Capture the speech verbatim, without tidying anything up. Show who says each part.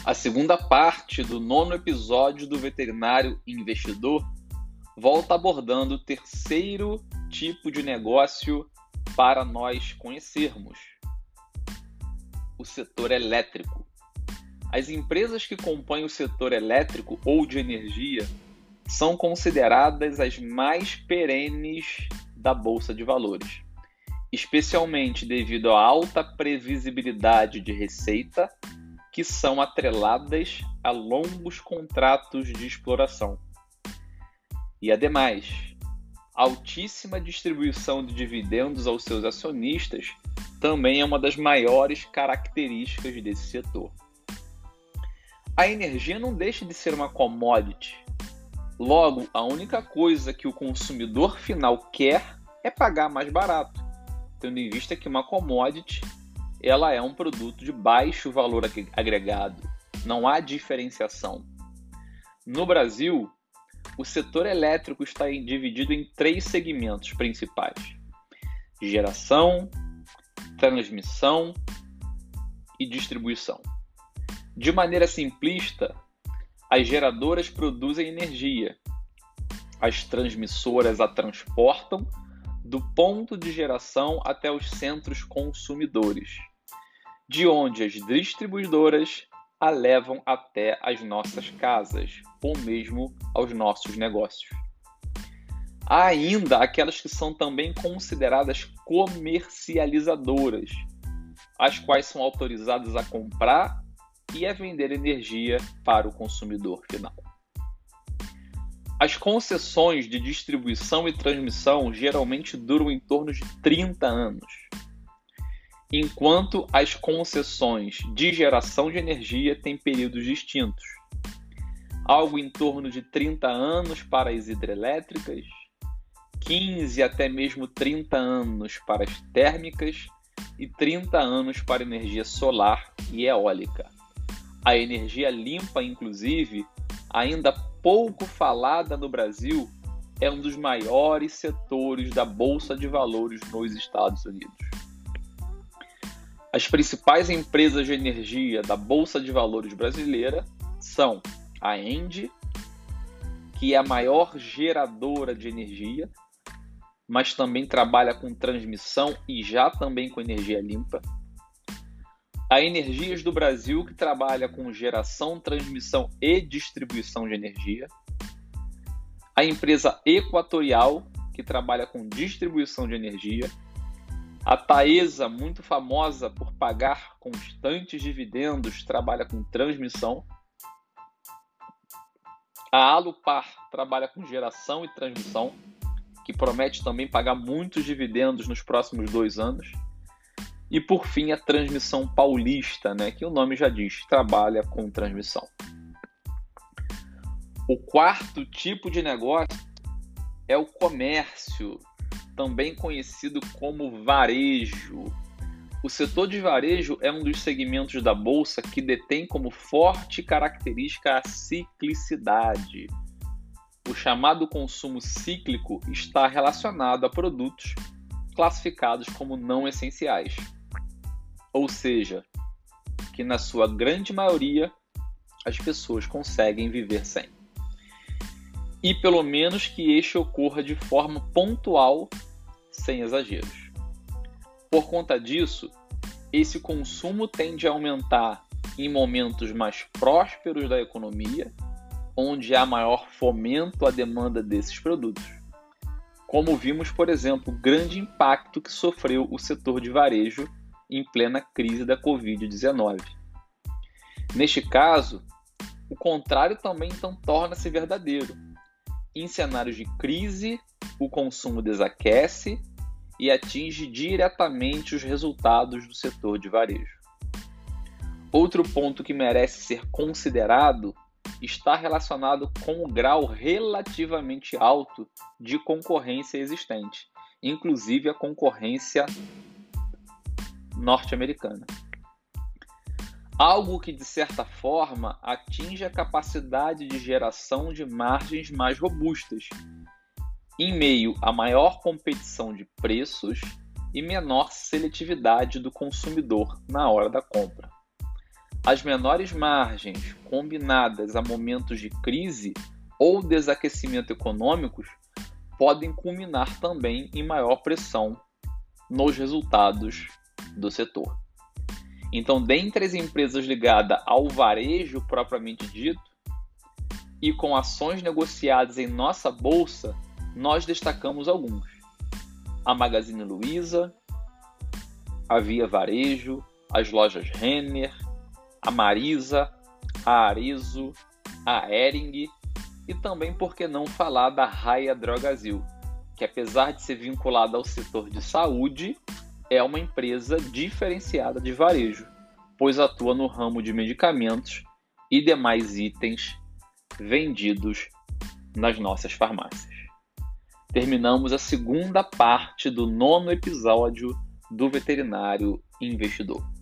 Speaker 1: A segunda parte do nono episódio do Veterinário Investidor volta abordando o terceiro tipo de negócio para nós conhecermos: o setor elétrico. As empresas que compõem o setor elétrico ou de energia são consideradas as mais perenes da Bolsa de Valores, especialmente devido à alta previsibilidade de receita, que são atreladas a longos contratos de exploração. E, ademais, altíssima distribuição de dividendos aos seus acionistas também é uma das maiores características desse setor. A energia não deixa de ser uma commodity. Logo, a única coisa que o consumidor final quer é pagar mais barato, tendo em vista que uma commodity ela é um produto de baixo valor agregado. Não há diferenciação. No Brasil, o setor elétrico está dividido em três segmentos principais: geração, transmissão e distribuição. De maneira simplista, as geradoras produzem energia, as transmissoras a transportam do ponto de geração até os centros consumidores, de onde as distribuidoras a levam até as nossas casas ou mesmo aos nossos negócios. Há ainda aquelas que são também consideradas comercializadoras, as quais são autorizadas a comprar e a vender energia para o consumidor final. As concessões de distribuição e transmissão geralmente duram em torno de trinta anos, enquanto as concessões de geração de energia têm períodos distintos, algo em torno de trinta anos para as hidrelétricas, quinze até mesmo trinta anos para as térmicas e trinta anos para a energia solar e eólica. A energia limpa, inclusive, ainda pouco falada no Brasil, é um dos maiores setores da Bolsa de Valores nos Estados Unidos. As principais empresas de energia da Bolsa de Valores brasileira são a ENGIE, que é a maior geradora de energia, mas também trabalha com transmissão e já também com energia limpa. A Energias do Brasil, que trabalha com geração, transmissão e distribuição de energia. A empresa Equatorial, que trabalha com distribuição de energia. A Taesa, muito famosa por pagar constantes dividendos, trabalha com transmissão. A Alupar trabalha com geração e transmissão, que promete também pagar muitos dividendos nos próximos dois anos. E, por fim, a Transmissão Paulista, né, que o nome já diz, trabalha com transmissão. O quarto tipo de negócio é o comércio, também conhecido como varejo. O setor de varejo é um dos segmentos da Bolsa que detém como forte característica a ciclicidade. O chamado consumo cíclico está relacionado a produtos classificados como não essenciais, ou seja, que na sua grande maioria as pessoas conseguem viver sem. E pelo menos que este ocorra de forma pontual, sem exageros. Por conta disso, esse consumo tende a aumentar em momentos mais prósperos da economia, onde há maior fomento à demanda desses produtos, como vimos, por exemplo, o grande impacto que sofreu o setor de varejo em plena crise da covid dezenove. Neste caso, o contrário também então torna-se verdadeiro. Em cenários de crise, o consumo desaquece e atinge diretamente os resultados do setor de varejo. Outro ponto que merece ser considerado está relacionado com o grau relativamente alto de concorrência existente, inclusive a concorrência norte-americana. Algo que, de certa forma, atinge a capacidade de geração de margens mais robustas, em meio a maior competição de preços e menor seletividade do consumidor na hora da compra. As menores margens, combinadas a momentos de crise ou desaquecimento econômicos, podem culminar também em maior pressão nos resultados do setor. Então, dentre as empresas ligadas ao varejo propriamente dito e com ações negociadas em nossa bolsa, nós destacamos alguns: a Magazine Luiza, a Via Varejo, as lojas Renner, a Marisa, a Arezzo, a Hering e também, por que não falar, da Raia Drogasil, que apesar de ser vinculada ao setor de saúde, é uma empresa diferenciada de varejo, pois atua no ramo de medicamentos e demais itens vendidos nas nossas farmácias. Terminamos a segunda parte do nono episódio do Veterinário Investidor.